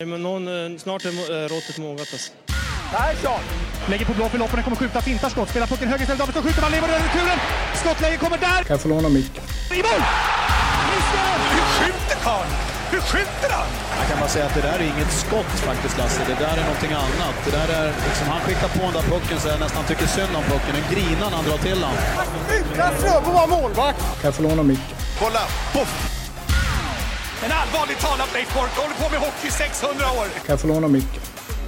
Men snart är råttet mogat alltså. Persson! Lägger på blå för loppen, kommer skjuta, fintar skott, spelar pucken höger istället, Davidsson skjuter, man lever över returen! Skottläge kommer där! Kan jag få låna micken? I mål! Hur skjuter han? Hur skjuter han? Jag kan bara säga att det där är inget skott faktiskt, Lasse. Det där är någonting annat. Det där är liksom, han skickar på den där pucken så jag nästan tycker synd om pucken. En grinan han drar till han. Utan Fröbo var målvakt! Kan jag få låna micken? Kolla! Poff! En allvarlig talat Leif Boork håller på med hockey 600 år! Kan jag få låna micken?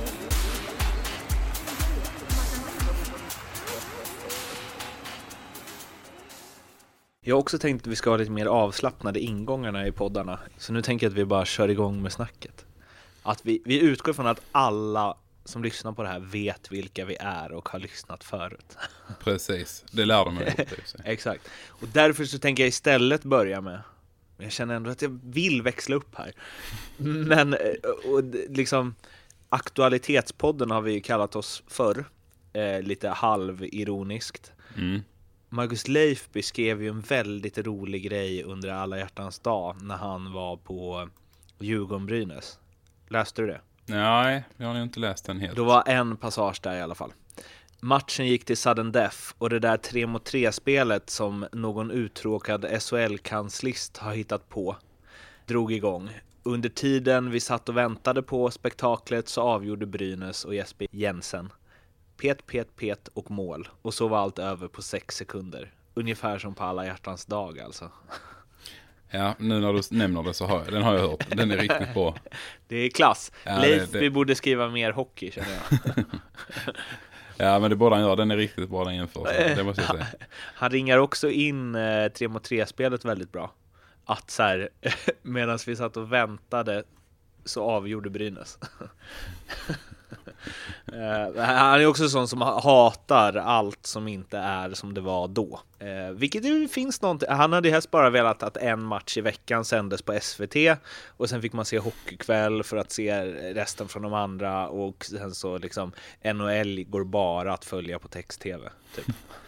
Jag har också tänkt att vi ska ha lite mer avslappnade ingångarna i poddarna. Så nu tänker jag att vi bara kör igång med snacket. Att vi utgår från att alla som lyssnar på det här vet vilka vi är och har lyssnat förut. Precis, det lär de mig. Exakt. Och därför så tänker jag istället börja med... Jag känner ändå att jag vill växla upp här. Men och liksom aktualitetspodden har vi ju kallat oss förr. Lite halvironiskt. Mm. Marcus Leifby skrev ju en väldigt rolig grej under Alla hjärtans dag när han var på Djurgården-Brynäs. Läste du det? Nej, jag har inte läst den helt. Det var en passage där i alla fall. Matchen gick till sudden death och det där 3-mot-3-spelet som någon uttråkad SHL-kanslist har hittat på drog igång. Under tiden vi satt och väntade på spektaklet så avgjorde Brynäs och Jesper Jensen. Pet och mål. Och så var allt över på 6 sekunder. Ungefär som på Alla hjärtans dag alltså. Ja, nu när du nämner det så har jag hört. Den är riktigt bra. Det är klass. Ja, Leifby borde skriva mer hockey, känner jag. Ja, men det borde han göra. Den är riktigt bra, den jämförelsen. Det måste jag säga. Han ringar också in 3-mot-3-spelet väldigt bra. Att så här, medan vi satt och väntade så avgjorde Brynäs. Han är också sån som hatar allt som inte är som det var då. Vilket det finns någonting. Han hade helst bara velat att en match i veckan sändes på SVT och sen fick man se hockeykväll för att se resten från de andra och sen så liksom NHL går bara att följa på text-tv typ.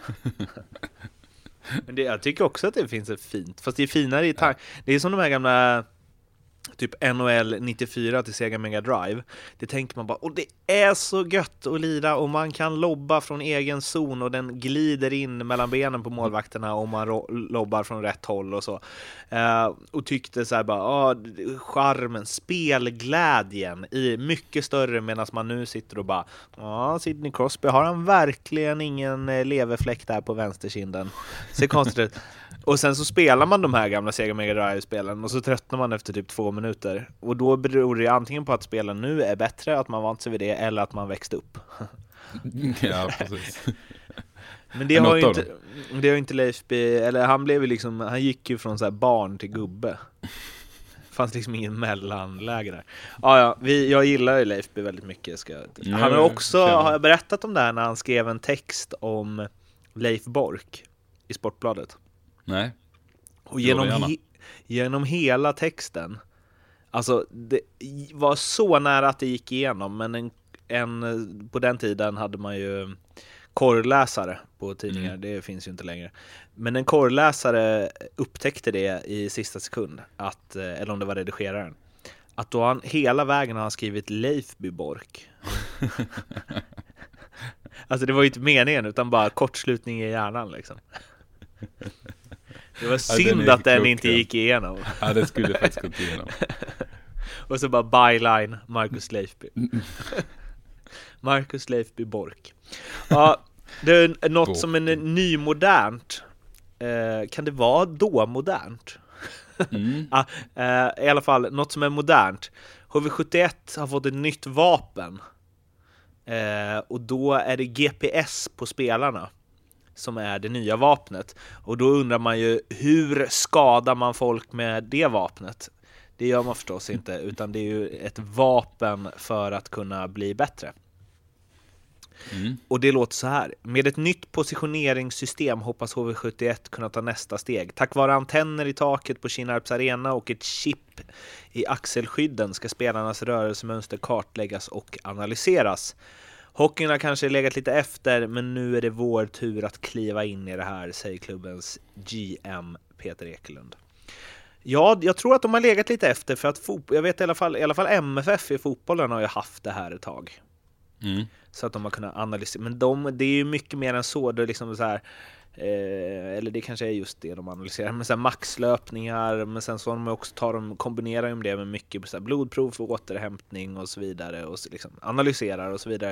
Men jag tycker också att det finns ett fint, fast det är finare i det är som de här gamla typ NHL 94 till Sega Mega Drive. Det tänker man bara, och det är så gött att lira och man kan lobba från egen zon och den glider in mellan benen på målvakterna om man lobbar från rätt håll och så. Och tyckte så här bara, charmen, spelglädjen i mycket större, medan man nu sitter och bara, Sidney Crosby, har han verkligen ingen leverfläck där på vänsterkinden? Ser konstigt ut. Och sen så spelar man de här gamla Sega Mega Drive-spelen och så tröttnar man efter typ 2 minuter. Och då beror det antingen på att spelen nu är bättre, att man vant sig vid det, eller att man växte upp. Ja, precis. Men det har ju inte Leifby, eller han blev ju liksom, han gick ju från så här barn till gubbe. Fanns liksom ingen mellanläge där. Jag gillar ju Leifby väldigt mycket. Han har också har jag berättat om det här när han skrev en text om Leif Boork i Sportbladet. Nej. Och genom hela texten, alltså det var så nära att det gick igenom, men på den tiden hade man ju korrläsare på tidningar, det finns ju inte längre. Men en korrläsare upptäckte det i sista sekund, eller om det var redigeraren, att då hela vägen har han skrivit Leifby Boork. Alltså det var ju inte meningen, utan bara kortslutning i hjärnan liksom. Det var synd att den inte gick igenom. Ja, det skulle faktiskt gått igenom. Och så bara byline Marcus Leifby. Marcus Leifby Boork. Ja, det är något som är nymodernt. Kan det vara då modernt? I alla fall, något som är modernt. HV71 har fått ett nytt vapen. Och då är det GPS på spelarna som är det nya vapnet. Och då undrar man ju, hur skadar man folk med det vapnet? Det gör man förstås inte, utan det är ju ett vapen för att kunna bli bättre. Och det låter så här. Med ett nytt positioneringssystem hoppas HV71 kunna ta nästa steg. Tack vare antenner i taket på Kinnarps arena och ett chip i axelskydden ska spelarnas rörelsemönster kartläggas och analyseras. Hockeyn har kanske legat lite efter, men nu är det vår tur att kliva in i det här, säger klubbens GM Peter Ekelund. Ja, jag tror att de har legat lite efter för att jag vet i alla fall MFF i fotbollen har ju haft det här ett tag. Så att de har kunnat analysera. Men det är ju mycket mer än så. Det är liksom så här, eller det kanske är just det de analyserar. Men så här maxlöpningar, men sen så har de också kombinerar de det med mycket så här blodprov för återhämtning och så vidare. Och så liksom analyserar och så vidare.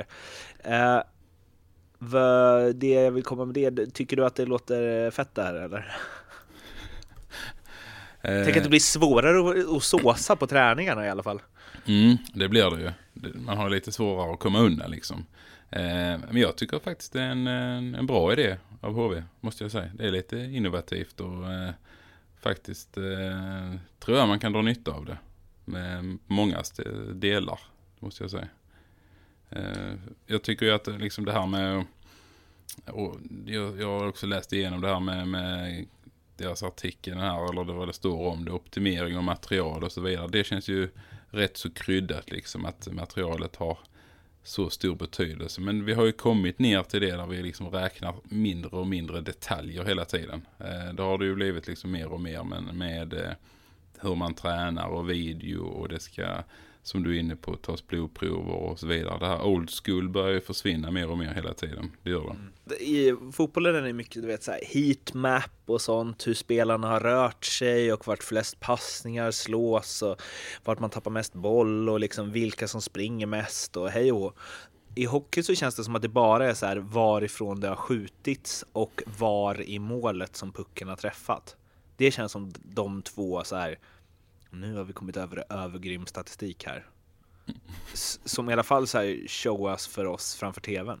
Det jag vill komma med det, tycker du att det låter fett där eller? Tänk att det blir svårare att såsa på träningarna i alla fall. Det blir det ju. Man har lite svårare att komma undan liksom. Men jag tycker faktiskt det är en bra idé av HV, måste jag säga. Det är lite innovativt och faktiskt tror jag man kan dra nytta av det. Med många delar, måste jag säga. Jag tycker ju att liksom det här med... Och jag har också läst igenom det här med deras artikeln här, eller vad det står om det, optimering och material och så vidare. Det känns ju rätt så kryddat liksom, att materialet har så stor betydelse. Men vi har ju kommit ner till det där vi liksom räknar mindre och mindre detaljer hela tiden. Då har det ju blivit liksom mer och mer, men med hur man tränar och video och det ska, som du är inne på, tas blodprover och så vidare. Det här old school börjar ju försvinna mer och mer hela tiden. Det gör det. I fotbollen är det mycket, du vet, så här heatmap och sånt, hur spelarna har rört sig och vart flest passningar slås och vart man tappar mest boll och liksom vilka som springer mest och hej och. I hockey så känns det som att det bara är så här varifrån det har skjutits och var i målet som pucken har träffat. Det känns som de två så här, nu har vi kommit över grym statistik här. Som i alla fall så här showas för oss framför tvn.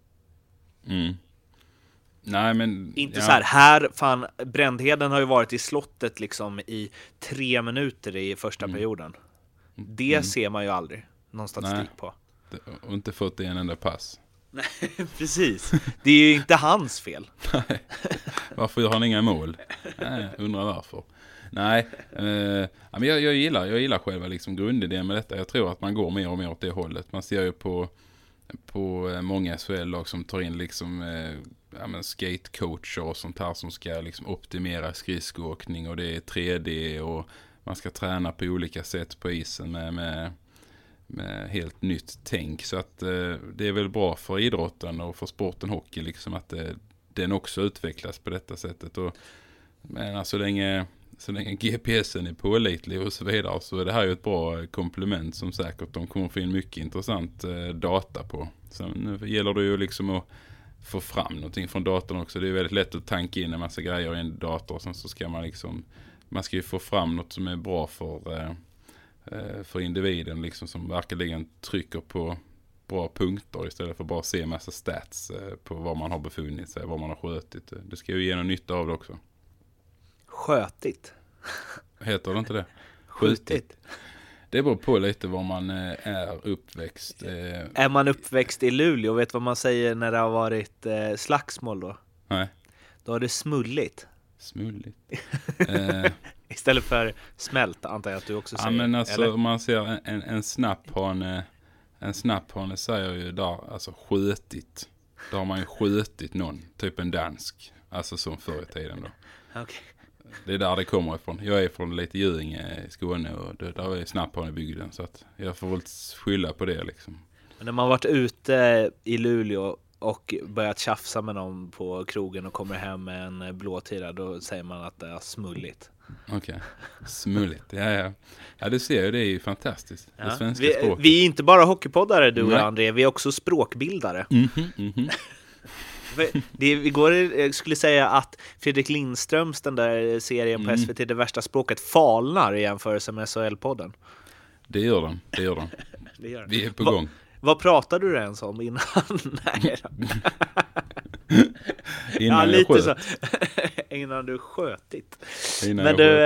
Nej, men inte så här fan, Brändheden har ju varit i slottet liksom i 3 minuter i första perioden. Det ser man ju aldrig någon statistik på. Och inte fått en enda pass. Nej, precis. Det är ju inte hans fel. Nej. Varför gör han inga mål? Nej, undrar varför. Nej, men jag gillar själva liksom grundidén med detta. Jag tror att man går mer och mer åt det hållet. Man ser ju på många SHL-lag som tar in liksom skatecoacher och sånt här som ska liksom optimera skridskoåkning, och det är 3D och man ska träna på olika sätt på isen med helt nytt tänk. Så att det är väl bra för idrotten och för sporten hockey liksom att den också utvecklas på detta sättet. Och men så länge GPSen är pålitlig och så vidare, så är det här ju ett bra komplement som säkert de kommer få in mycket intressant data på. Så nu gäller det ju liksom att få fram någonting från datorn också. Det är väldigt lätt att tanka in en massa grejer i en dator, och sen så ska man ska ju få fram något som är bra för individen liksom, som verkligen trycker på bra punkter istället för bara se en massa stats på var man har befunnit sig, var man har skjutit. Det ska ju ge någon nytta av det också. Skötigt. Heter det inte det? Skjutit. Det beror på lite var man är uppväxt. Är man uppväxt i Luleå, vet vad man säger när det har varit slagsmål då? Nej. Då har det smulligt. Smulligt. Istället för smält, antar jag att du också säger. Ja, men alltså eller? om man ser en snapphane säger ju där, alltså skjutit. Då har man ju skjutit någon, typ en dansk. Alltså som förr i tiden då. Okay. Det är där det kommer ifrån. Jag är från lite Göinge i Skåne och där är snapphane i bygden, så att jag får väl skylla på det liksom. Men när man varit ute i Luleå och börjat tjafsa med någon på krogen och kommer hem med en blåtira, då säger man att det är smulligt. Okej, smulligt. Ja, du ser ju, det är ju fantastiskt. Ja. Det svenska språket. Vi är inte bara hockeypoddare, du och André, vi är också språkbildare. Jag skulle säga att Fredrik Lindströms, den där serien på SVT, Det värsta språket, falnar i jämförelse med SHL-podden. Det gör den. Vi är på gång. Vad pratade du ens om innan? Nej. Innan jag sköt. Så. Innan du skötit. Men du,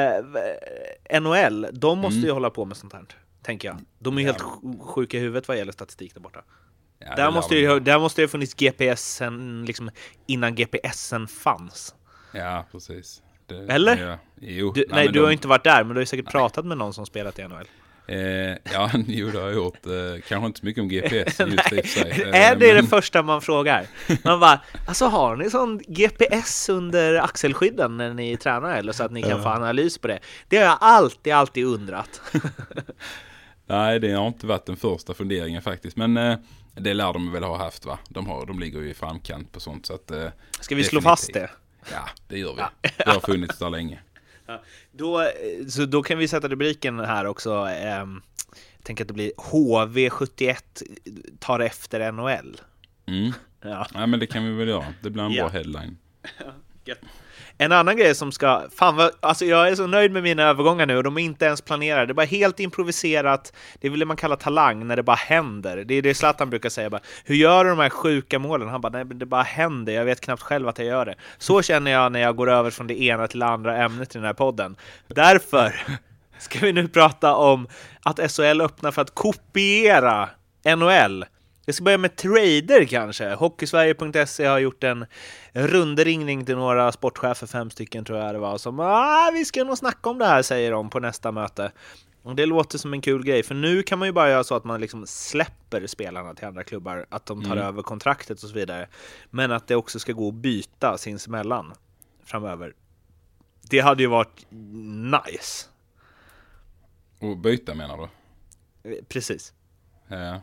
NHL, de måste ju hålla på med sånt här, tänker jag. De är helt sjuka i huvudet vad gäller statistik där borta. Ja, där måste ju funnits GPSen liksom innan GPSen fanns. Ja, precis. Eller? Ja, jo. Du har ju inte varit där, men du har ju säkert pratat med någon som spelat i NHL. Ja, jo det har jag gjort. Kanske inte så mycket om GPS just i sig. Är det det första man frågar? Man bara, alltså har ni sån GPS under axelskydden när ni tränar eller så att ni kan få analys på det? Det har jag alltid undrat. Nej, det har inte varit den första funderingen faktiskt. Men det lär de väl ha haft, va? De ligger ju i framkant på sånt. Så att, ska vi slå fast det? Ja, det gör vi. Det har funnits där länge. Ja, då kan vi sätta rubriken här också. Jag tänker att det blir HV71 tar efter NHL. Ja, men det kan vi väl göra. Det blir en bra headline. En annan grej som ska... alltså jag är så nöjd med mina övergångar nu och de är inte ens planerade. Det är bara helt improviserat. Det är väl det man kallar talang när det bara händer. Det är det Zlatan brukar säga. Bara, hur gör du de här sjuka målen? Han bara, nej, det bara händer. Jag vet knappt själv att jag gör det. Så känner jag när jag går över från det ena till det andra ämnet i den här podden. Därför ska vi nu prata om att SHL öppnar för att kopiera NHL. Jag ska börja med trader kanske. Hockeysverige.se har gjort en rundringning till några sportchefer, 5 stycken tror jag det var, som vi ska nog snacka om det här, säger de på nästa möte. Och det låter som en kul grej, för nu kan man ju bara göra så att man liksom släpper spelarna till andra klubbar, att de tar över kontraktet och så vidare. Men att det också ska gå att byta sinsemellan framöver. Det hade ju varit nice. Och byta menar du? Precis. Ja.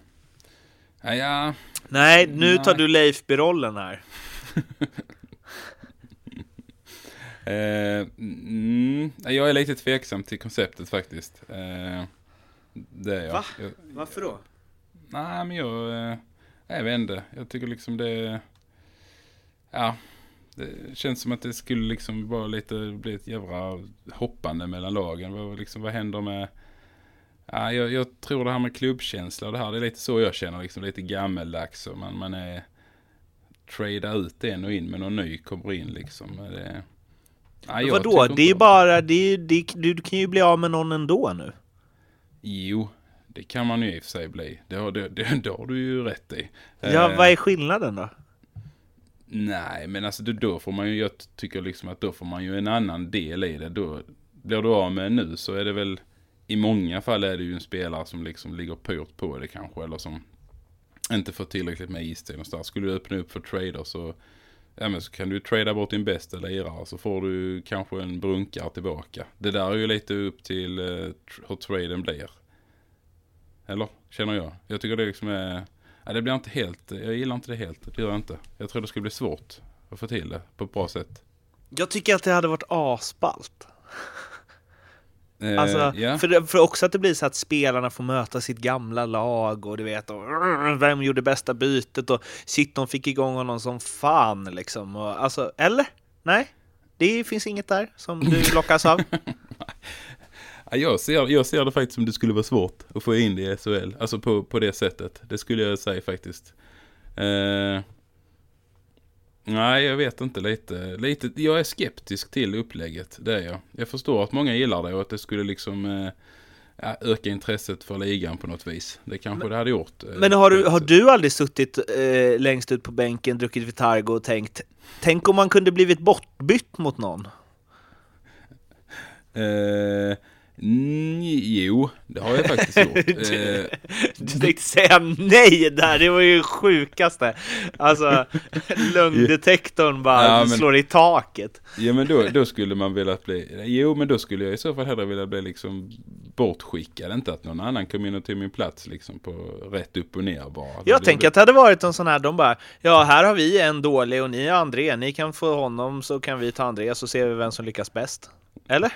Nej, nu tar du Leif Birollen här. Jag är lite tveksam till konceptet faktiskt. Det är jag. Va? Varför då? Nej, men jag vet inte. Jag tycker liksom det känns som att det skulle liksom bara bli ett jävla hoppande mellan lagen. Vad händer med... Ja, jag tror det här med klubbkänsla och det här, det är lite så jag känner, liksom lite gammeldags, och man är trada ut en och in med någon ny kommer in liksom. Vadå? Det är bara du kan ju bli av med någon ändå nu. Jo, det kan man ju i och för sig bli. Det har du ju rätt i. Ja, vad är skillnaden då? Nej, men alltså då får man ju, jag tycker liksom att då får man ju en annan del i det. Då blir du av med nu, så är det väl i många fall är det ju en spelare som liksom ligger pyrt på det kanske, eller som inte får tillräckligt med istid och så. Skulle du öppna upp för trader så kan du trada bort din bästa lirare, så får du kanske en brunkare tillbaka. Det där är ju lite upp till hur traden blir. Eller? Känner jag. Jag tycker det liksom är... det blir inte helt... Jag gillar inte det helt. Det gör jag inte. Jag tror det skulle bli svårt att få till det på ett bra sätt. Jag tycker att det hade varit asballt. Alltså, yeah. för också att det blir så att spelarna får möta sitt gamla lag och du vet, och vem gjorde bästa bytet och shit, de fick igång honom som fan liksom. Och, alltså, eller? Nej? Det finns inget där som du lockas av? Jag ser det faktiskt som det skulle vara svårt att få in det i SHL. Alltså på det sättet. Det skulle jag säga faktiskt. Nej, jag vet inte, lite. Jag är skeptisk till upplägget, det är jag. Jag förstår att många gillar det och att det skulle liksom öka intresset för ligan på något vis. Det kanske det hade gjort. Men har du aldrig suttit längst ut på bänken, druckit Vitargo och tänk om man kunde blivit bortbytt mot någon? Jo, det har jag faktiskt gjort. Du tänkte säga nej där, det var ju sjukaste. Alltså, lögndetektorn bara slår i taket. Ja, men då skulle man vilja bli... Jo, men då skulle jag i så fall hellre vilja bli liksom bortskickad. Inte att någon annan kom in och till min plats liksom på rätt upp och ner bara. Jag tänker att det hade varit en sån här, de bara, ja, här har vi en dålig och ni är André. Ni kan få honom, så kan vi ta André, så ser vi vem som lyckas bäst. Eller?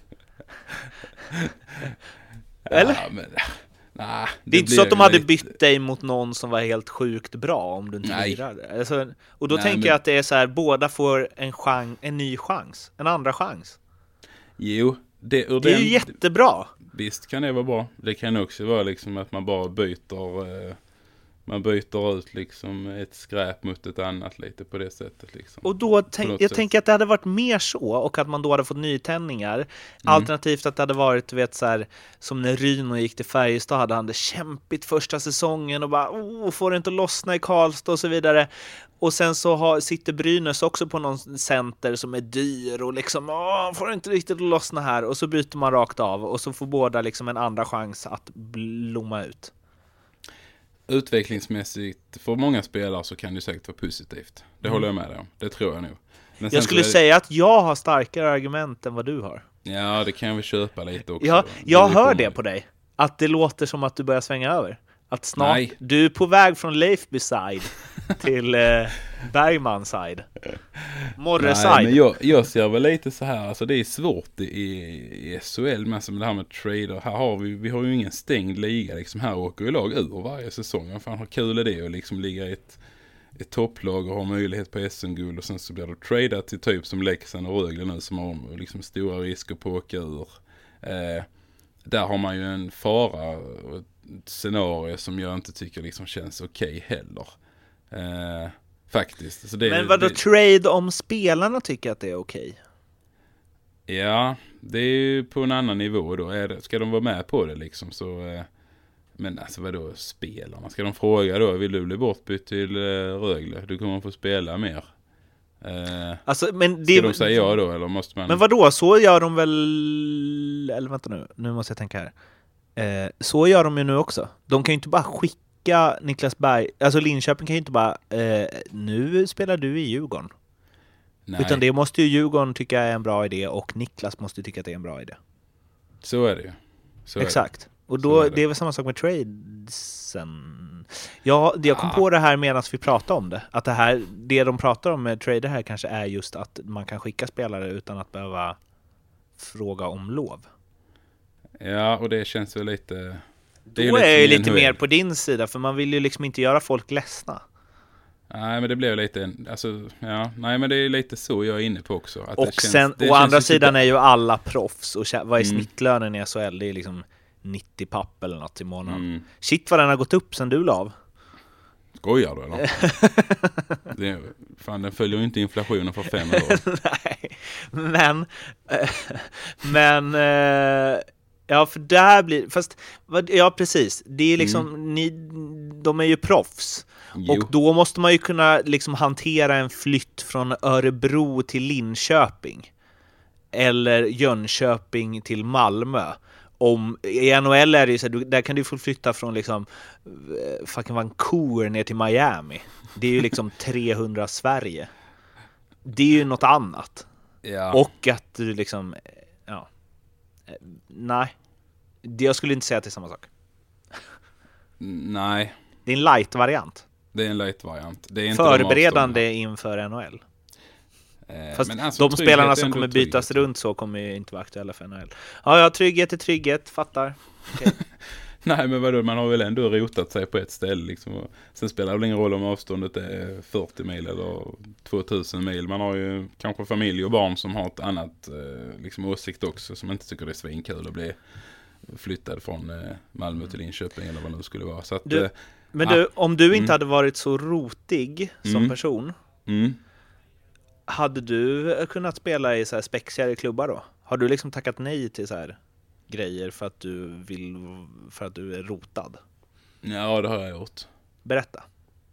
Eller? Ja, men, nah, det är inte så att de hade bytt dig mot någon som var helt sjukt bra om du inte lirar. Alltså, och då tänker jag att det är så här, båda får en ny chans, en andra chans. Jo, det är ju jättebra. Visst kan det vara bra. Det kan också vara liksom att man bara byter Man byter ut liksom ett skräp mot ett annat lite på det sättet. Liksom. Och då tänker att det hade varit mer så, och att man då hade fått nytändningar. Alternativt att det hade varit, du vet, så här, som när Ryno gick till Färjestad, hade han det kämpigt första säsongen och bara får det inte att lossna i Karlstad och så vidare. Och sen så sitter Brynäs också på någon center som är dyr och liksom får det inte riktigt att lossna här, och så byter man rakt av och så får båda liksom en andra chans att blomma ut. Utvecklingsmässigt för många spelare så kan det säkert vara positivt. Det håller jag med dig om. Det tror jag nog. Men jag skulle säga att jag har starkare argument än vad du har. Ja, det kan jag väl köpa lite också. Ja, jag hör det på dig. Att det låter som att du börjar svänga över. Att snart, du är på väg från Leifby side till Bergman side. Morre side. Nej, men jag ser väl lite så här, alltså det är svårt i SHL med som det här med trader. Här har vi har ju ingen stängd liga liksom. Här åker ju lag ur varje säsong. Fan, hur kul är det att liksom ligga i ett topplag och ha möjlighet på SM-guld, och sen så blir det tradat till typ som Leksand och Rögle nu som har liksom stora risker på att åka ur. Där har man ju en fara och ett scenario som jag inte tycker liksom känns okej heller. Faktiskt. Så men vadå trade om spelarna tycker att det är okej? Ja, det är ju på en annan nivå då. Ska de vara med på det liksom så... Men alltså vadå spelarna? Ska de fråga då, vill du bli bortbytt till Rögle? Du kommer få spela mer. Alltså, men det, ska de säga ja då, eller måste man... Men vadå, så gör de väl... Eller vänta nu måste jag tänka här. Så gör de ju nu också. De kan ju inte bara skicka Niklas Berg... Alltså Linköping kan ju inte bara... nu spelar du i Djurgården. Nej. Utan det måste ju Djurgården tycka är en bra idé, och Niklas måste tycka att det är en bra idé. Så är det ju. Exakt. Och då, det är väl samma sak med tradesen. Jag kom på det här medan vi pratade om det. Att det de pratar om med trader här kanske är just att man kan skicka spelare utan att behöva fråga om lov. Ja, och det känns väl lite... Då är jag lite mer på din sida, för man vill ju liksom inte göra folk ledsna. Nej, men det blev lite... Alltså, ja, nej, men det är lite så jag är inne på också. Att och det känns, sen, å andra sidan är ju alla proffs. Och vad är snittlönen i SHL? Det är liksom 90 papp eller något i månaden. Shit, vad den har gått upp sen du la av. Skojar du eller? Fan, den följer ju inte inflationen för 5 år. Nej, men ja, för där blir... Fast, ja, precis. Det är liksom... De är ju proffs. Jo. Och då måste man ju kunna liksom hantera en flytt från Örebro till Linköping. Eller Jönköping till Malmö. I NHL är det ju så, där kan du få flytta från liksom fucking Vancouver ner till Miami. Det är ju liksom 300 Sverige. Det är ju något annat. Ja. Och att du liksom... Ja. Nej. Jag skulle inte säga att det är samma sak. Nej. Det är en light-variant. Det är en light-variant. Det är inte förberedande inför NHL. Fast alltså, de spelarna som kommer bytas runt så kommer ju inte vara aktuella för NHL. Ja, trygghet är trygghet, fattar. Okay. Nej, men vadå, man har väl ändå rotat sig på ett ställe liksom. Och sen spelar det väl ingen roll om avståndet är 40 mil eller 2000 mil. Man har ju kanske familj och barn som har ett annat liksom, åsikt också, som inte tycker det är svinkul att bli flyttad från Malmö till Linköping eller vad det skulle vara. Så att, om du inte hade varit så rotig som person, hade du kunnat spela i så här spexigare klubbar då? Har du liksom tackat nej till så här grejer för att du är rotad? Ja, det har jag gjort. Berätta.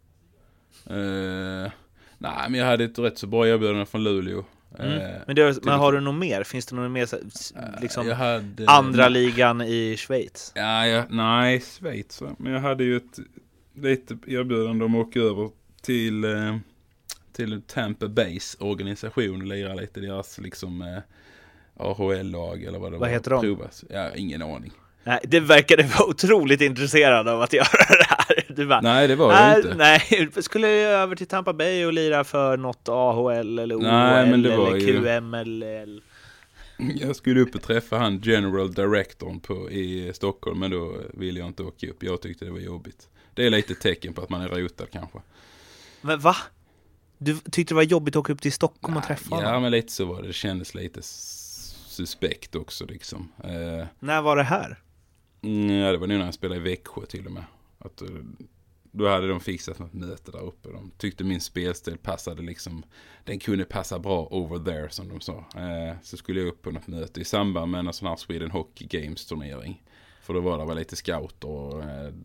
Nej, men jag hade ett rätt så bra erbjudande från Luleå. Men har du något mer? Finns det något mer liksom andra ligan i Schweiz? Nej, Schweiz. Men jag hade ju ett lite erbjudande om att åka över till Tampa Bays organisation och lira lite deras liksom AHL-lag eller vad det var. Vad heter de? Provas. Ja, ingen aning. Nej, det verkade vara otroligt intresserad av att göra det här. Du bara, nej, det var jag inte. Nej, skulle jag över till Tampa Bay och lira för något AHL eller OHL eller QML. Jag skulle upp och träffa han general directorn i Stockholm, men då ville jag inte åka upp. Jag tyckte det var jobbigt. Det är lite tecken på att man är rotad kanske. Men va? Du tyckte det var jobbigt att åka upp till Stockholm och träffa honom? Ja, men lite så var det. Det kändes lite suspekt också liksom. När var det här? Ja, det var nu när jag spelade i Växjö till och med. då hade de fixat något möte där uppe. De tyckte min spelstil passade liksom, den kunde passa bra over there som de sa. Så skulle jag upp på något möte i samband med en sån här Sweden Hockey Games turnering. För då var det väl lite scout och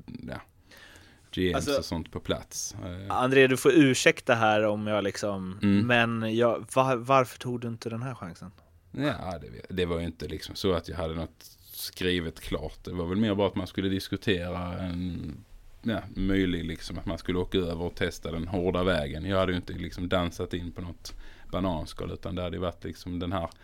GMs och sånt på plats. André, du får ursäkta här om jag liksom, men varför tog du inte den här chansen? Ja, det var ju inte liksom så att jag hade något skrivet klart. Det var väl mer bara att man skulle diskutera en möjlig liksom att man skulle åka över och testa den hårda vägen. Jag hade ju inte liksom dansat in på något bananskal, utan det hade varit liksom den här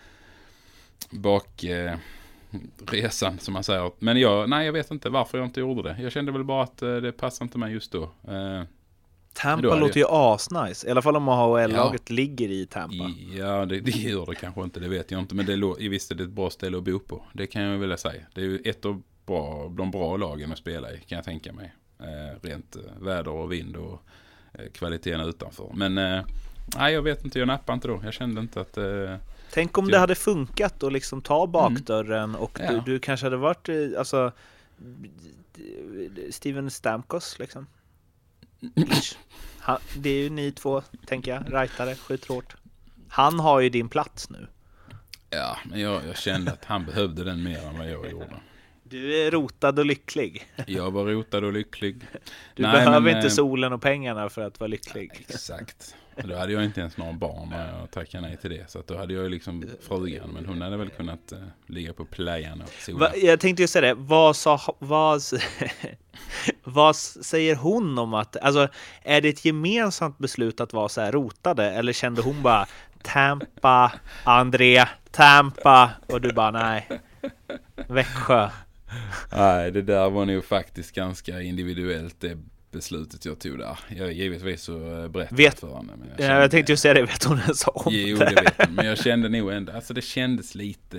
bakresan som man säger. Men jag vet inte varför jag inte gjorde det. Jag kände väl bara att det passade inte mig just då. Tampa låter ju asnice. I alla fall om AHL-laget ligger i Tampa. Ja, det gör det kanske inte, det vet jag inte. Men visst är det ett bra ställe att bo på. Det kan jag vilja säga. Det är ju ett av de bra lagen att spela i, kan jag tänka mig. Rent väder och vind och kvaliteten utanför. Men nej, jag vet inte, jag nappade inte då. Jag kände inte att... Tänk om det hade funkat att liksom ta bakdörren och du kanske hade varit alltså Steven Stamkos liksom. Det är ju ni två, tänker jag. Rightare, skjuter hårt. Han har ju din plats nu. Ja, men jag kände att han behövde den mer än vad jag gjorde. Du är rotad och lycklig. Jag var rotad och lycklig. Behöver inte solen och pengarna för att vara lycklig. Exakt. Då hade jag inte ens någon barn när jag tackade nej till det. Så att då hade jag liksom frugan. Men hon hade väl kunnat ligga på playan och sola. Jag tänkte ju säga det. Vad säger hon om att... Alltså, är det ett gemensamt beslut att vara så här rotade? Eller kände hon bara Tampa, André, Tampa och du bara nej, Växjö? Nej, det där var nog faktiskt ganska individuellt, det beslutet jag tog där. Jag är givetvis så berättat för henne. Jag tänkte ju säga det, vet hon ens om det? Jo, det vet hon. Men jag kände nog ändå, alltså det kändes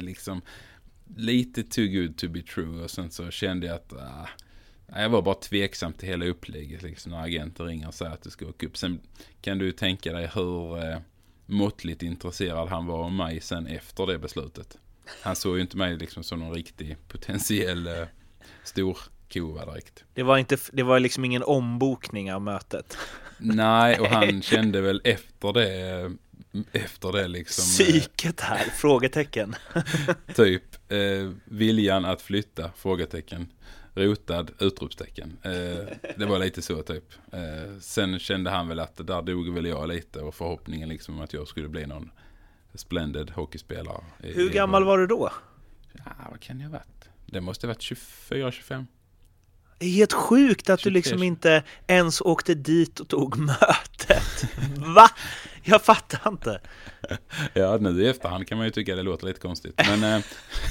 lite too good to be true. Och sen så kände jag att jag var bara tveksam till hela upplägget liksom, när agenter ringer och säger att du ska åka upp. Sen kan du tänka dig hur måttligt intresserad han var av mig sen efter det beslutet. Han såg ju inte mig liksom som någon riktig potentiell stor kova direkt. Det var liksom ingen ombokning av mötet. Nej, och han kände väl efter det liksom... Psyket här, frågetecken. Typ, viljan att flytta, frågetecken. Rotad, utropstecken. Det var lite så typ. Sen kände han väl att där dog väl jag lite och förhoppningen liksom att jag skulle bli någon splendid hockeyspelare. Hur gammal var du då? Ja, vad kan jag ha varit? Det måste ha varit 24-25. Det är helt sjukt att 23. du liksom inte ens åkte dit och tog mötet. Va? Jag fattar inte. Ja, nu i efterhand kan man ju tycka det låter lite konstigt. Men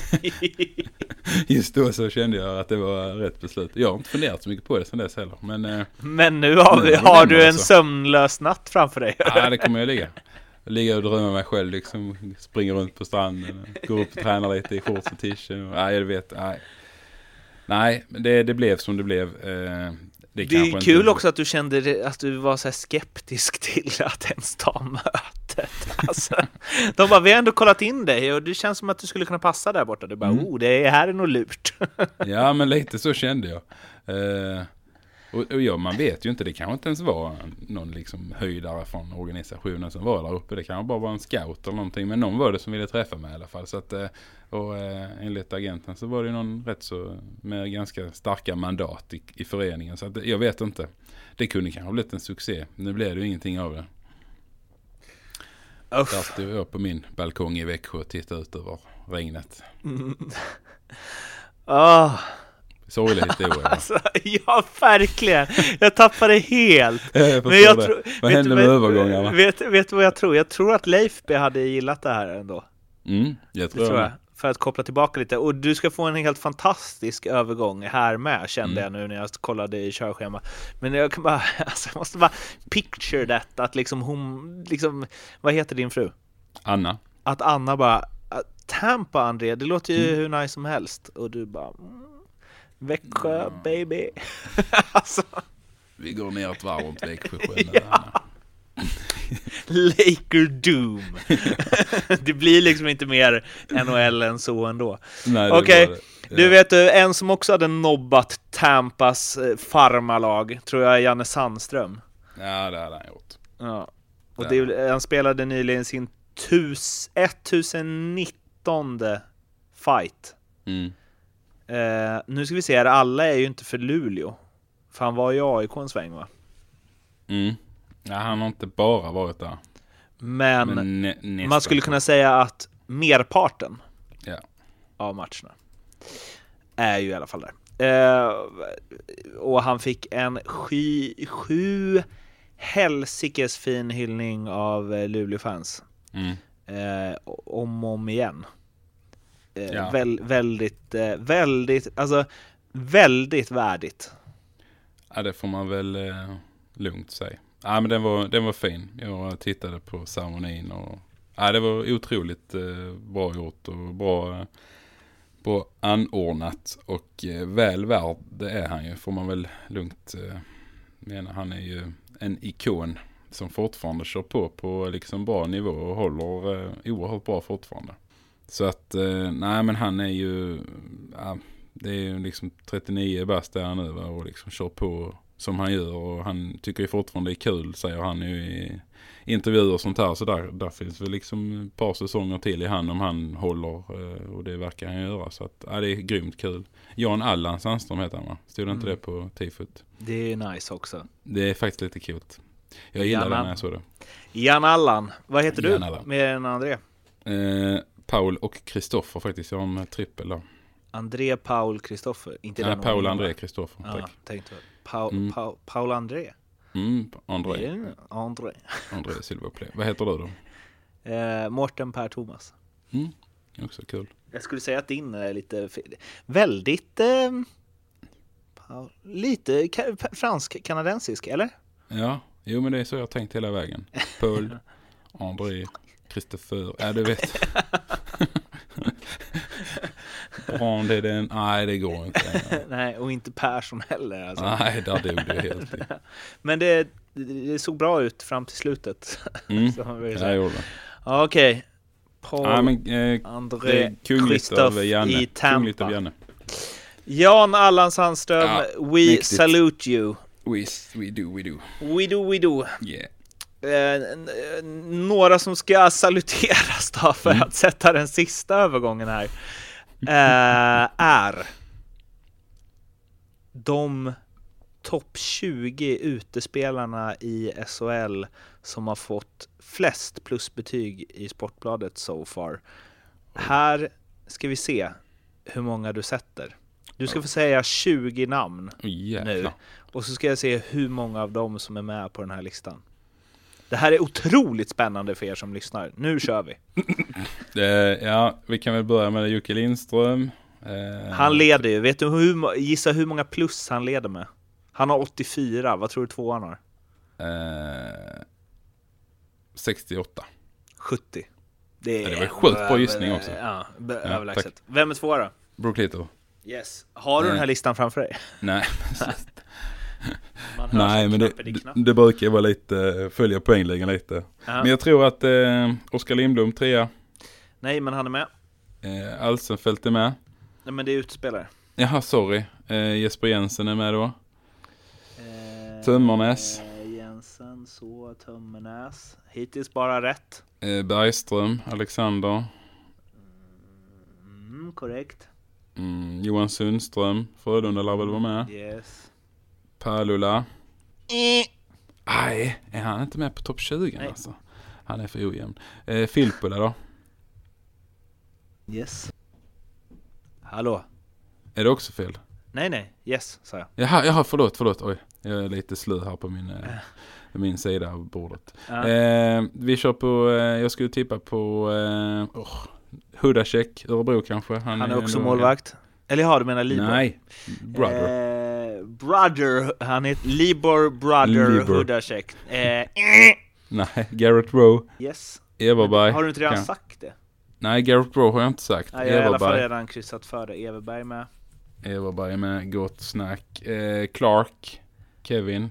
just då så kände jag att det var rätt beslut. Jag har inte funderat så mycket på det sen dess heller. Men nu har du en sömnlös natt framför dig. Ja, det kommer jag ligga och drömma mig själv liksom, springer runt på stranden, går upp och tränar lite i shorts och t-shirt. Nej, jag vet. Nej, det blev som det blev. Det är kul också att du kände att du var så här skeptisk till att ens ta mötet. Alltså, de bara, vi har ändå kollat in dig och det känns som att du skulle kunna passa där borta. Du bara, det här är nog lurt. Ja, men lite så kände jag. Och ja, man vet ju inte, det kanske inte ens var någon liksom höjdare från organisationen som var där uppe. Det kanske bara var en scout eller någonting, men någon var det som ville träffa mig i alla fall. Så att, och enligt agenten så var det någon rätt så med ganska starka mandat i föreningen. Så att, jag vet inte. Det kunde kanske ha blivit en succé. Nu blev det ju ingenting av det. Där stod jag på min balkong i Växjö och tittade ut över regnet. Sorgligt det var. Alltså, ja, verkligen. Jag tappade helt. Men jag tror, vad hände med övergångarna? Vet du vad jag tror? Jag tror att Leif B hade gillat det här ändå. Jag tror jag. För att koppla tillbaka lite. Och du ska få en helt fantastisk övergång här med, kände jag nu när jag kollade i körschema. Men jag kan bara, alltså, jag måste bara picture detta. Att liksom hon, liksom, vad heter din fru? Anna. Att Anna bara, Tampa, André, det låter ju hur nice som helst. Och du bara... Växjö, baby. Alltså. Vi går ner ett varv runt Växjö. Laker Doom. Det blir liksom inte mer NHL än så ändå. Nej, okej. Du vet, en som också hade nobbat Tampas farmalag, tror jag är Janne Sandström. Ja, det hade han gjort. Ja. Och han spelade nyligen sin 1019 fight. Nu ska vi se här, alla är ju inte för Luleå. För han var i AIK en sväng, va? Ja, han har inte bara varit där. Men man skulle kunna säga att merparten av matcherna är ju i alla fall där. Och han fick en 7 helsikes fin hyllning av Luleå-fans. Om igen. Väldigt värdigt. Ja, det får man väl lugnt säga. Ja, men den var fin. Jag tittade på ceremonin och det var otroligt bra gjort och bra anordnat och väl värd, det är han ju, får man väl lugnt mena. Han är ju en ikon som fortfarande kör på liksom bra nivå och håller oerhört bra fortfarande. Så att, nej men han är ju, det är ju liksom 39 bäst där nu, va, och liksom kör på som han gör, och han tycker ju fortfarande det är kul, säger han ju i intervjuer och sånt här, så där finns väl liksom ett par säsonger till i han om han håller, och det verkar han göra, så att det är grymt kul. Jan Allan Sandström heter han, va? Stod inte det på Tifut? Det är nice också. Det är faktiskt lite kul. Jag gillar det när jag såg det. Jan Allan, vad heter du med en André? Paul och Kristoffer faktiskt, jag har en trippel då. André, Paul, Kristoffer. Inte den Paul, André, Kristoffer. Ja, tänkte Paul, André. André Silverplay. Vad heter du då? Mårten Per Thomas. Också kul. Jag skulle säga att din är lite väldigt lite fransk-kanadensisk, eller? Ja, jo men det är så jag har tänkt hela vägen. Paul, André, Kristoffer. Ja, du vet. Brand är den. Nej, det går inte. Nej, och inte Persson heller. Alltså. Nej, där dog det helt. Men det såg bra ut fram till slutet. Jag gjorde det. Okej. Paul, André, Kristoff i Tampa. Jan Allan Sandström, we mäktigt. Salute you. We do. We do. Yeah. Några som ska saluteras då för att sätta den sista övergången här är de topp 20 utespelarna i SHL som har fått flest plusbetyg i Sportbladet so far. Här ska vi se hur många du sätter. Du ska få säga 20 namn nu. Och så ska jag se hur många av dem som är med på den här listan. Det här är otroligt spännande för er som lyssnar. Nu kör vi. Vi kan väl börja med Jocke Lindström. Han leder ju. Vet du gissa hur många plus han leder med? Han har 84. Vad tror du tvåan har? 68. 70. Det var sjukt på gissning också. Ja, överlägset. Vem är tvåa då? Brook Little. Yes. Har du den här listan framför dig? Nej. Nej, men det brukar vara lite följa poänglägen lite. Men jag tror att Oskar Lindblom 3. Nej, men han är med. Alsenfelt är med. Nej, men det är utspelare. Jaha, sorry. Jesper Jensen är med då. Tömmernäs. Jensen, så Tömmernäs. Hittills bara rätt. Bergström, Alexander. Korrekt. Johan Sundström, Frölunda lär väl vara med. Yes. Palula. Nej, är han inte med på topp 20 alltså? Han är för ojämn. Filppula då? Yes. Hallå? Är det också fel? Nej. Yes, sa jag. Jaha, förlåt. Oj, jag är lite slö här på min sida av bordet. Vi kör på, jag skulle tippa på Hudacek, Örebro kanske. Han är också målvakt. Eller har du menar Libor? Nej, Brother. Han heter Libor Brother Hudacek. Nej, Garrett Rowe. Yes. Everberg. Har du inte redan sagt det? Nej, Garrett Rowe har jag inte sagt. Nej, jag har i alla fall redan kryssat för det. Everberg med. Gott snack. Clark. Kevin.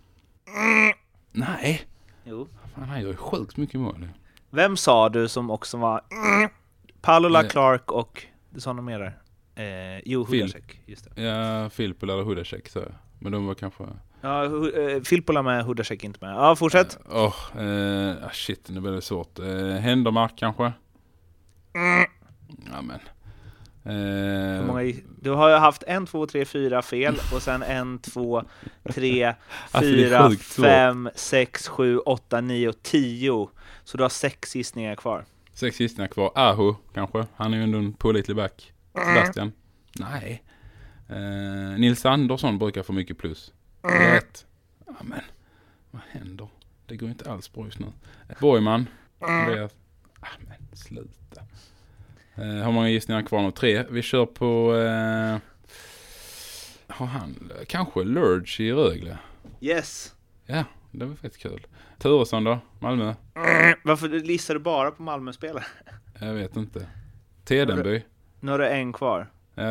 Nej. Jo. Fan, han gör ju sjukt mycket mål. Vem sa du som också var Palula, Clark och du sa något mer där? Hudacek, just det. Ja, Filppula eller Hudacek så. Men de var kanske... Ja, Filppula med, Hudacek inte med. Ja, fortsätt. Shit, nu blir det svårt. Händermark kanske? Ja, men... Hur många, du har ju haft 1, 2, 3, 4 fel och sen 1, 2, 3, 4, 5, 6, 7, 8, 9, 10. Så du har 6 gissningar kvar. 6 gissningar kvar. Aho kanske. Han är ju ändå en pålitlig back. Sebastian. Nej. Nils Andersson brukar få mycket plus. Rätt. Ja, men vad händer? Det går inte alls bra just nu. Borgman. Men sluta. Har många gissningar kvar nu? 3. Vi kör på... har han... Kanske Lurge i Rögle. Yes. Ja, det var fett kul. Turesson då? Malmö. Varför lissar du bara på Malmö-spelare? Jag vet inte. Tedenby. Nu har du en kvar.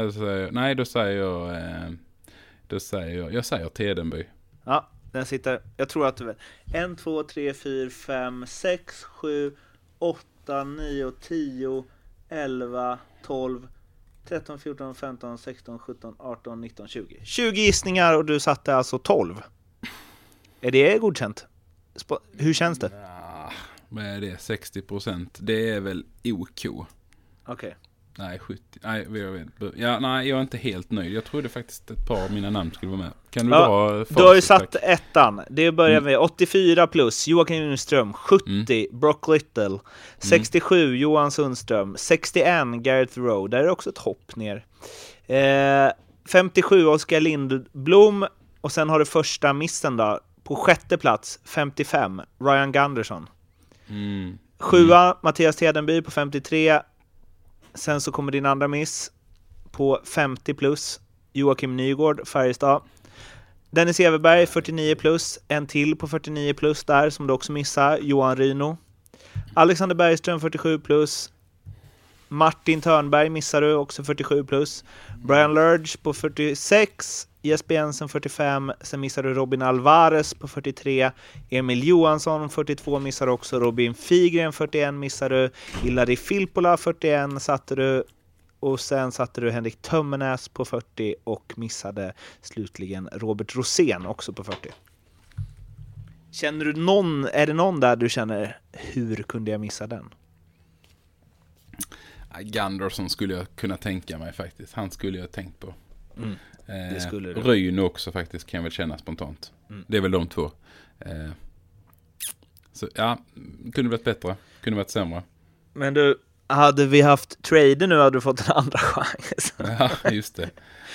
Då säger jag Tedenby. Ja, den sitter... Jag tror att du vet. 1, 2, 3, 4, 5, 6, 7, 8, 9, 10... 11, 12, 13, 14, 15, 16, 17, 18, 19, 20. 20 gissningar och du satte alltså 12. Är det godkänt? Hur känns det? Vad är det? 60%. Det är väl OK. Okej. Nej, 70. Nej, jag är inte helt nöjd. Jag trodde faktiskt ett par av mina namn skulle vara med. Kan du dra du har ju satt ettan. Det börjar med 84 plus Joakim Lundström, 70 Brock Little, 67 Johan Sundström, 61 Gareth Rowe. Där är också ett hopp ner. 57 Oskar Lindblom och sen har du första missen då. På sjätte plats 55 Ryan Gunderson. 7 Mattias Tedenby på 53. Sen så kommer din andra miss på 50 plus Joakim Nygård, Färjestad. Dennis Everberg 49 plus, en till på 49 plus där som du också missar, Johan Ryno. Alexander Bergström 47 plus. Martin Törnberg missar du också 47 plus. Brian Lurge på 46, Jesper Jensen 45, sen missar du Robin Alvarez på 43, Emil Johansson 42 missar också, Robin Figren 41 missar du, Ilari Filppula 41 satte du och sen satte du Henrik Tömmernes på 40 och missade slutligen Robert Rosén också på 40. Känner du är det någon där du känner, hur kunde jag missa den? Gunderson skulle jag kunna tänka mig faktiskt. Han skulle jag tänkt på. Det skulle du. Ryno också faktiskt kan jag väl känna spontant. Det är väl de två. Så ja, kunde varit bättre. Kunde varit sämre. Men du, hade vi haft trader nu hade du fått en andra chans. Ja, just det.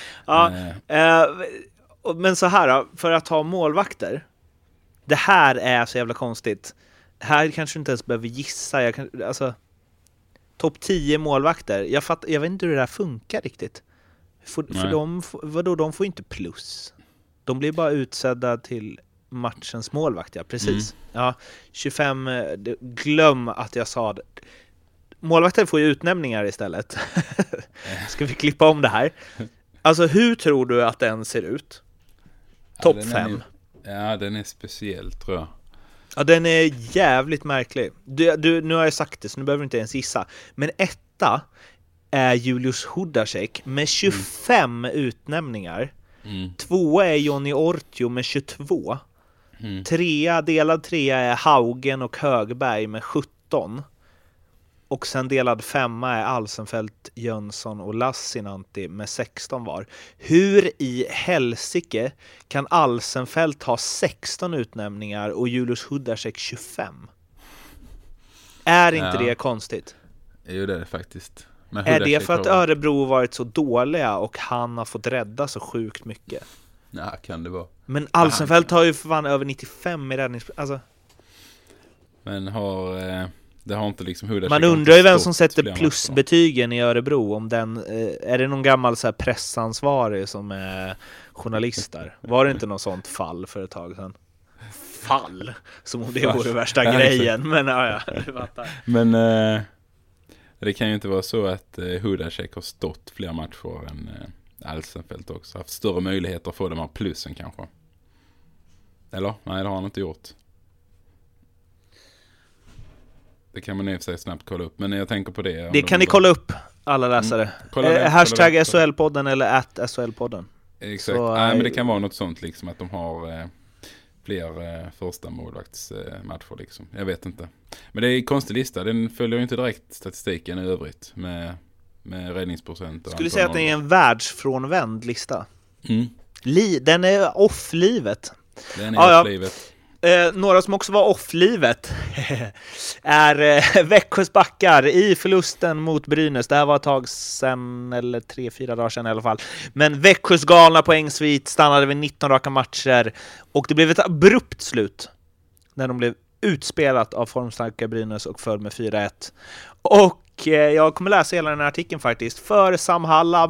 Men så här då, för att ha målvakter. Det här är så jävla konstigt. Här kanske du inte ens behöver gissa. Topp 10 målvakter. Jag vet inte hur det där funkar riktigt. För de får inte plus. De blir bara utsedda till matchens målvakt, ja, precis. Ja, 25, glöm att jag sa det. Målvakter får ju utnämningar istället. Ska vi klippa om det här? Alltså, hur tror du att den ser ut? Topp 5. Ja, den är speciell, tror jag. Ja, den är jävligt märklig. Nu har jag sagt det, så nu behöver du inte ens gissa. Men etta är Julius Hudacek med 25 utnämningar. Tvåa är Johnny Ortio med 22. Delad trea är Haugen och Högberg med 17. Och sen delad 5 är Alsenfelt, Jönsson och Lassinantti med 16 var. Hur i helsike kan Alsenfelt ha 16 utnämningar och Julius Hudacek 25? Är inte det konstigt? Jo, det är det faktiskt. Men är det för att Örebro varit så dåliga och han har fått rädda så sjukt mycket? Ja, kan det vara. Men Alsenfelt har ju fan över 95 i räddnings... Alltså. Men det har inte liksom Hudacek. Man undrar ju vem som sätter plusbetygen i Örebro. Om den, är det någon gammal så här pressansvarig som är journalist där? Var det inte något sånt fall för ett tag sedan? Fall? Som om det vore värsta grejen. Men ja, du fattar. Men det kan ju inte vara så att Hudacek har stått fler matcher än Alsenfelt också. Haft större möjligheter att få de här plussen kanske. Eller? Nej, det har han inte gjort. Det kan man i och för sig snabbt kolla upp. Men jag tänker på det. Det kan ni kolla upp. alla läsare. Kolla Hashtag det. SHL-podden eller @SHL-podden. Exakt. Så, Nej, men det kan vara något sånt liksom att de har fler första målvaktsmatcher liksom. Jag vet inte. Men det är en konstig lista. Den följer ju inte direkt statistiken i övrigt med räddningsprocent. Skulle säga att det är en världsfrånvänd lista. Mm. Den är off-livet. Den är off-livet. Några som också var off-livet är Växjös backar i förlusten mot Brynäs. Det här var ett tag sedan, eller 3-4 dagar sedan i alla fall. Men Växjös galna poängsvit stannade vid 19 raka matcher och det blev ett abrupt slut när de blev utspelat av formstarka Brynäs och föll med 4-1. Och jag kommer läsa hela den här artikeln faktiskt, för Sam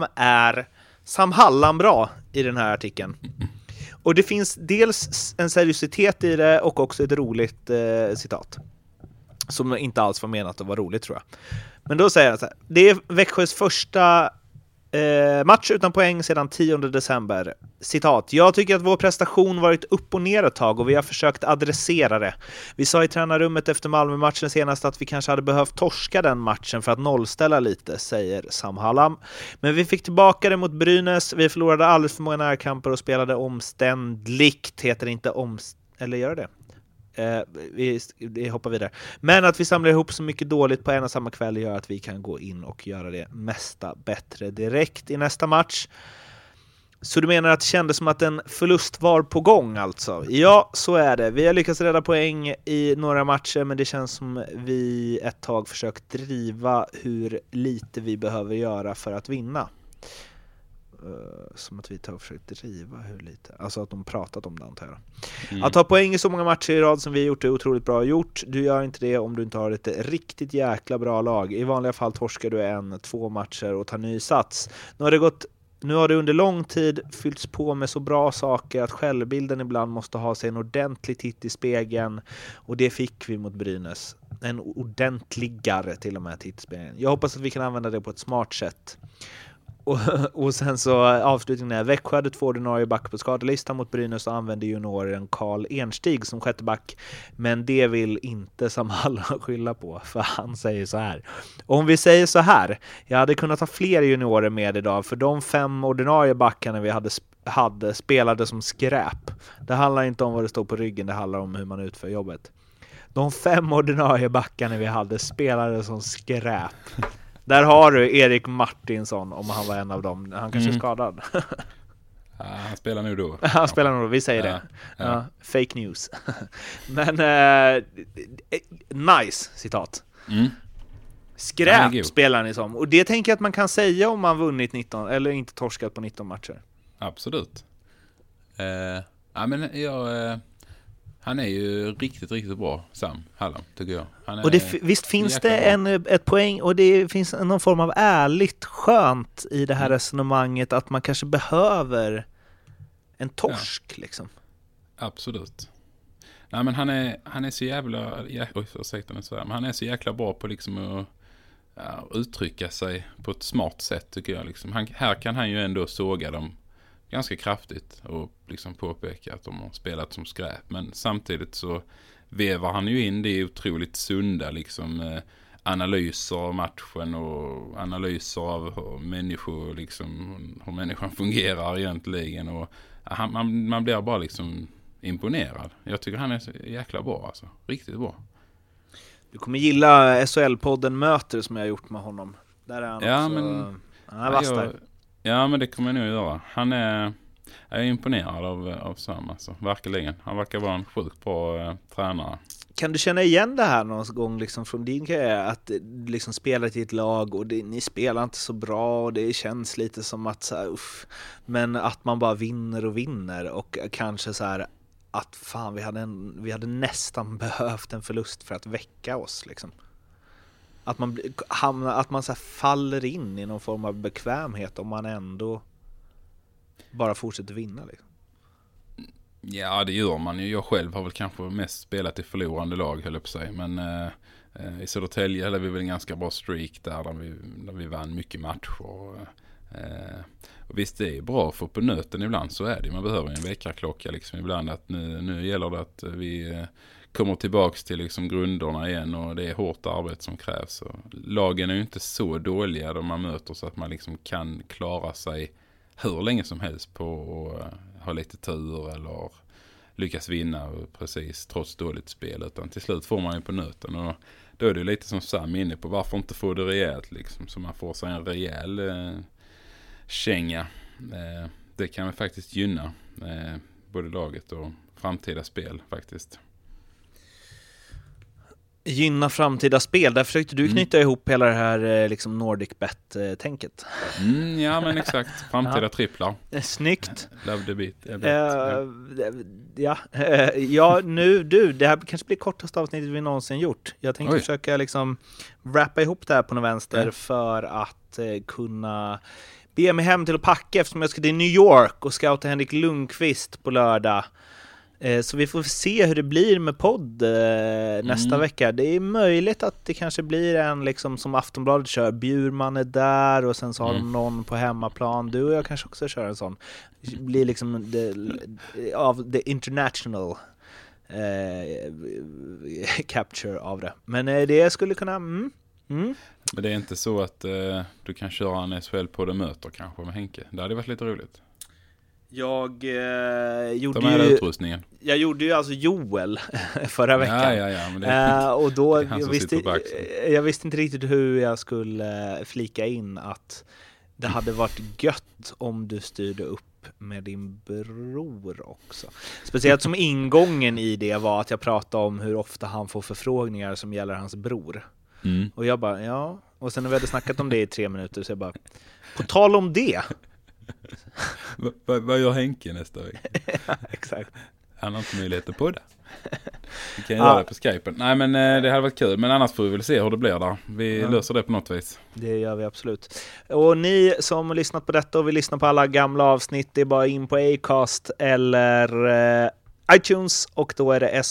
Hallam bra i den här artikeln. Och det finns dels en seriositet i det och också ett roligt citat. Som inte alls var menat att vara roligt, tror jag. Men då säger han så här: det är Växjös första match utan poäng sedan 10 december. Citat: jag tycker att vår prestation varit upp och ner ett tag och vi har försökt adressera det. Vi sa i tränarrummet efter Malmö-matchen senast att vi kanske hade behövt torska den matchen för att nollställa lite, säger Sam Hallam. Men vi fick tillbaka det mot Brynäs. Vi förlorade alldeles för många närkamper och spelade omständligt. Heter det inte eller gör det? Vi hoppar vidare. Men att vi samlar ihop så mycket dåligt på en och samma kväll gör att vi kan gå in och göra det mesta bättre direkt i nästa match. Så du menar att det kändes som att en förlust var på gång alltså? Ja, så är det. Vi har lyckats rädda poäng i några matcher, men det känns som vi ett tag försökt driva hur lite vi behöver göra för att vinna. Som att vi har försökt driva hur lite. Alltså att de pratat om det, antar jag. Att ta poäng i så många matcher i rad som vi har gjort är otroligt bra gjort. Du gör inte det om du inte har ett riktigt jäkla bra lag. I vanliga fall torskar du 1-2 matcher och tar ny sats. Nu har det under lång tid fyllts på med så bra saker att självbilden ibland måste ha sig en ordentlig titt i spegeln. Och det fick vi mot Brynäs. En ordentligare till och med titt i spegeln. Jag hoppas att vi kan använda det på ett smart sätt. Och sen så avslutningen är: Växjö hade 2 ordinarie back på skadelistan mot Brynäs och använde junioren Carl Ernstig som sjätte back. Men det vill inte Sam Hallam skylla på, för han säger så här: om vi säger så här, jag hade kunnat ha fler juniorer med idag, för de 5 ordinarie backarna vi hade spelade som skräp. Det handlar inte om vad det står på ryggen, det handlar om hur man utför jobbet. De 5 ordinarie backarna vi hade spelade som skräp. Där har du Erik Martinsson, om han var en av dem. Han kanske är skadad. Ja, han spelar nu då. Han spelar nog, vi säger det. Ja. Fake news. Men nice citat. Skräp spelar ni som. Och det tänker jag att man kan säga om man vunnit 19 eller inte torskat på 19 matcher. Absolut. Ja, men han är ju riktigt, riktigt bra, Sam Hallam, tycker jag. Och visst finns det ett poäng, och det finns någon form av ärligt skönt i det här resonemanget att man kanske behöver en torsk liksom. Absolut. Nej, men han är så jävla... men han är så jäkla bra på liksom att uttrycka sig på ett smart sätt, tycker jag. Liksom. Här kan han ju ändå såga dem ganska kraftigt och liksom påpeka att de har spelat som skräp. Men samtidigt så vevar han ju in det otroligt sunda liksom, analyser av matchen och analyser av människor, liksom, hur människan fungerar egentligen. Och man blir bara liksom imponerad. Jag tycker han är så jäkla bra, alltså. Riktigt bra. Du kommer gilla SHL-podden Möter som jag har gjort med honom. Där är han också... Han är vass där. Ja, men det kommer jag nog göra. Jag är imponerad av Sam, alltså. Verkligen. Han verkar vara en sjukt bra tränare. Kan du känna igen det här någon gång liksom från din karriär? Att liksom spela till ett lag och ni spelar inte så bra och det känns lite som att så här, men att man bara vinner och kanske så här att fan vi hade nästan behövt en förlust för att väcka oss liksom. Att man så här faller in i någon form av bekvämhet om man ändå bara fortsätter vinna liksom. Ja, det gör man ju. Jag själv har väl kanske mest spelat i förlorande lag, höll jag på sig. Men i Södertälje hade vi väl en ganska bra streak där vi vann mycket matcher. Och visst, det är bra för på nöten ibland, så är det. Man behöver en väckarklocka liksom ibland, att nu gäller det att vi kommer tillbaks till liksom grunderna igen, och det är hårt arbete som krävs. Och lagen är ju inte så dåliga då man möter, så att man liksom kan klara sig hur länge som helst på att ha lite tur eller lyckas vinna precis trots dåligt spel, utan till slut får man ju på nöten, och då är det lite som Sam inne på, varför inte få det rejält liksom, så man får sig en rejäl känga. Det kan väl faktiskt gynna både laget och framtida spel faktiskt. Gynna framtida spel, där försökte du knyta ihop hela det här liksom Nordic Bet-tänket. Ja, men exakt. Framtida tripplar. Snyggt. Love the beat. Ja, nu det här kanske blir kortaste avsnittet vi någonsin gjort. Jag tänkte försöka liksom wrappa ihop det här på något vänster för att kunna be mig hem till att packa, eftersom jag ska till New York och scouta Henrik Lundqvist på lördag. Så vi får se hur det blir med podd nästa vecka. Det är möjligt att det kanske blir en liksom som Aftonbladet kör. Bjurman är där och sen så har de någon på hemmaplan. Du och jag kanske också kör en sån. Det blir liksom av the international capture av det. Men det skulle kunna... Men det är inte så att du kan köra en SHL på det möter kanske med Henke. Det hade varit lite roligt. Jag gjorde ju alltså Joel förra veckan. Ja, men det är och då jag visste inte riktigt hur jag skulle flika in att det hade varit gött om du styrde upp med din bror också. Speciellt som ingången i det var att jag pratade om hur ofta han får förfrågningar som gäller hans bror. Och jag bara, ja. Och sen när vi hade snackat om det i 3 minuter så jag bara, på tal om det. Vad gör Henke nästa vecka? Ja, exakt. Han har inte möjligheter på det. Vi kan göra det på Skypen. Nej, men det hade varit kul. Men annars får vi väl se hur det blir där. Vi löser det på något vis. Det gör vi absolut. Och ni som har lyssnat på detta och vill lyssna på alla gamla avsnitt, det är bara in på Acast eller iTunes, och då är det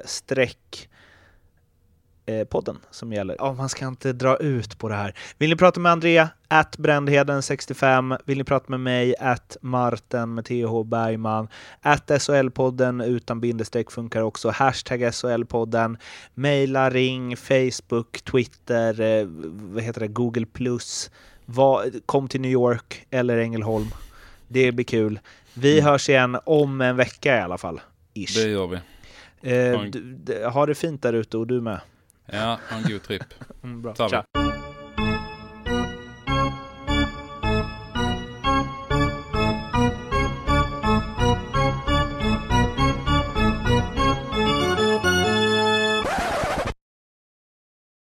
SHL-podden som gäller. Man ska inte dra ut på det här. Vill ni prata med Andrea @Brändheden65, vill ni prata med mig @Marten med TH Bergman, @SHL-podden utan bindestreck funkar också, #SHL-podden, maila, ring, Facebook, Twitter, Google+, kom till New York eller Ängelholm. Det blir kul. Vi hörs igen om en vecka i alla fall. Ish. Det gör vi. Ha det fint där ute, och du med. Ja, ha en god tripp. Bra. Ciao.